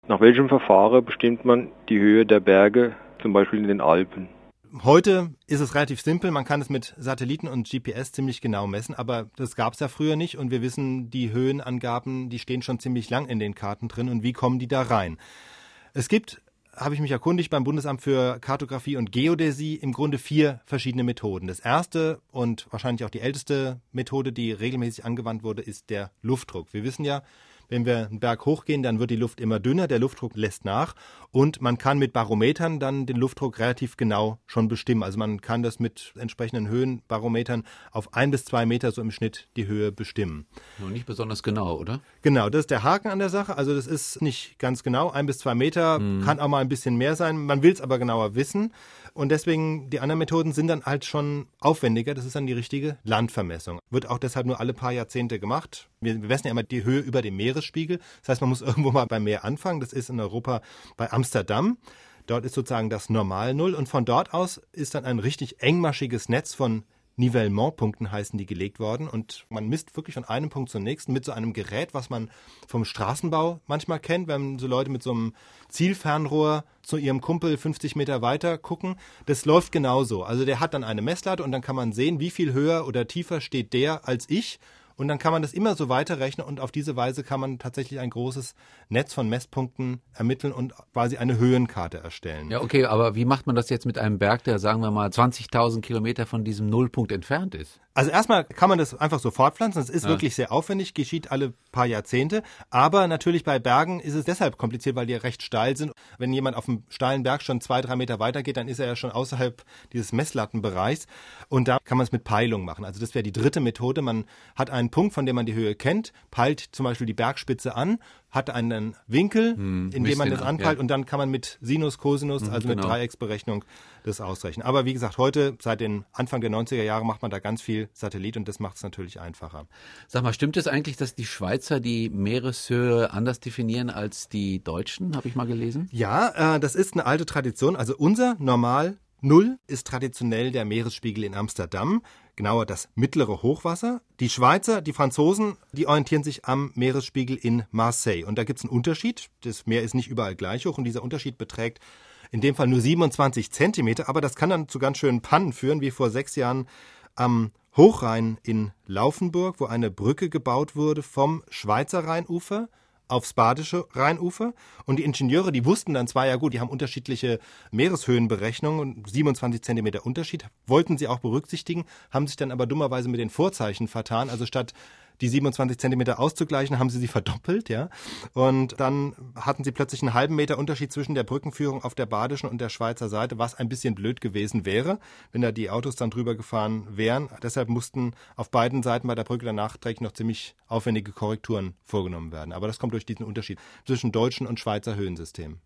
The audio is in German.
Nach welchem Verfahren bestimmt man die Höhe der Berge, zum Beispiel in den Alpen? Heute ist es relativ simpel, man kann es mit Satelliten und GPS ziemlich genau messen, aber das gab es ja früher nicht und wir wissen, die Höhenangaben, die stehen schon ziemlich lang in den Karten drin und wie kommen die da rein? Es gibt, habe ich mich erkundigt, beim Bundesamt für Kartografie und Geodäsie im Grunde 4 verschiedene Methoden. Das erste und wahrscheinlich auch die älteste Methode, die regelmäßig angewandt wurde, ist der Luftdruck. Wir wissen ja, wenn wir einen Berg hochgehen, dann wird die Luft immer dünner, der Luftdruck lässt nach und man kann mit Barometern dann den Luftdruck relativ genau schon bestimmen. Also man kann das mit entsprechenden Höhenbarometern auf 1 bis 2 Meter so im Schnitt die Höhe bestimmen. Noch nicht besonders genau, oder? Genau, das ist der Haken an der Sache. Also das ist nicht ganz genau, 1 bis 2 Meter, kann auch mal ein bisschen mehr sein. Man will es aber genauer wissen. Und deswegen, die anderen Methoden sind dann halt schon aufwendiger. Das ist dann die richtige Landvermessung. Wird auch deshalb nur alle paar Jahrzehnte gemacht. Wir messen ja immer die Höhe über dem Meeresspiegel. Das heißt, man muss irgendwo mal beim Meer anfangen. Das ist in Europa bei Amsterdam. Dort ist sozusagen das Normalnull. Und von dort aus ist dann ein richtig engmaschiges Netz von Nivellement-Punkten heißen die gelegt worden und man misst wirklich von einem Punkt zum nächsten mit so einem Gerät, was man vom Straßenbau manchmal kennt, wenn so Leute mit so einem Zielfernrohr zu ihrem Kumpel 50 Meter weiter gucken. Das läuft genauso. Also der hat dann eine Messlatte und dann kann man sehen, wie viel höher oder tiefer steht der als ich. Und dann kann man das immer so weiterrechnen und auf diese Weise kann man tatsächlich ein großes Netz von Messpunkten ermitteln und quasi eine Höhenkarte erstellen. Ja, okay, aber wie macht man das jetzt mit einem Berg, der, sagen wir mal, 20.000 Kilometer von diesem Nullpunkt entfernt ist? Also erstmal kann man das einfach so fortpflanzen. Es ist wirklich sehr aufwendig, geschieht alle paar Jahrzehnte. Aber natürlich bei Bergen ist es deshalb kompliziert, weil die recht steil sind. Wenn jemand auf einem steilen Berg schon 2-3 Meter weiter geht, dann ist er ja schon außerhalb dieses Messlattenbereichs. Und da kann man es mit Peilung machen. Also das wäre die dritte Methode. Man hat einen Punkt, von dem man die Höhe kennt, peilt zum Beispiel die Bergspitze an, hat einen Winkel, in dem man das anpeilt und dann kann man mit Sinus, Cosinus, also mit Dreiecksberechnung das ausrechnen. Aber wie gesagt, heute, seit den Anfang der 90er Jahre, macht man da ganz viel Satellit und das macht es natürlich einfacher. Sag mal, stimmt es eigentlich, dass die Schweizer die Meereshöhe anders definieren als die Deutschen, habe ich mal gelesen? Ja, das ist eine alte Tradition. Also unser Normal Null ist traditionell der Meeresspiegel in Amsterdam, genauer das mittlere Hochwasser. Die Schweizer, die Franzosen, die orientieren sich am Meeresspiegel in Marseille. Und da gibt es einen Unterschied. Das Meer ist nicht überall gleich hoch und dieser Unterschied beträgt in dem Fall nur 27 Zentimeter. Aber das kann dann zu ganz schönen Pannen führen, wie vor 6 Jahren am Hochrhein in Laufenburg, wo eine Brücke gebaut wurde vom Schweizer Rheinufer aufs badische Rheinufer. Und die Ingenieure, die wussten dann zwar, ja gut, die haben unterschiedliche Meereshöhenberechnungen und 27 Zentimeter Unterschied, wollten sie auch berücksichtigen, haben sich dann aber dummerweise mit den Vorzeichen vertan. Also statt die 27 Zentimeter auszugleichen, haben sie verdoppelt, ja. Und dann hatten sie plötzlich einen halben Meter Unterschied zwischen der Brückenführung auf der badischen und der Schweizer Seite, was ein bisschen blöd gewesen wäre, wenn da die Autos dann drüber gefahren wären. Deshalb mussten auf beiden Seiten bei der Brücke dann nachträglich noch ziemlich aufwendige Korrekturen vorgenommen werden. Aber das kommt durch diesen Unterschied zwischen deutschen und Schweizer Höhensystem.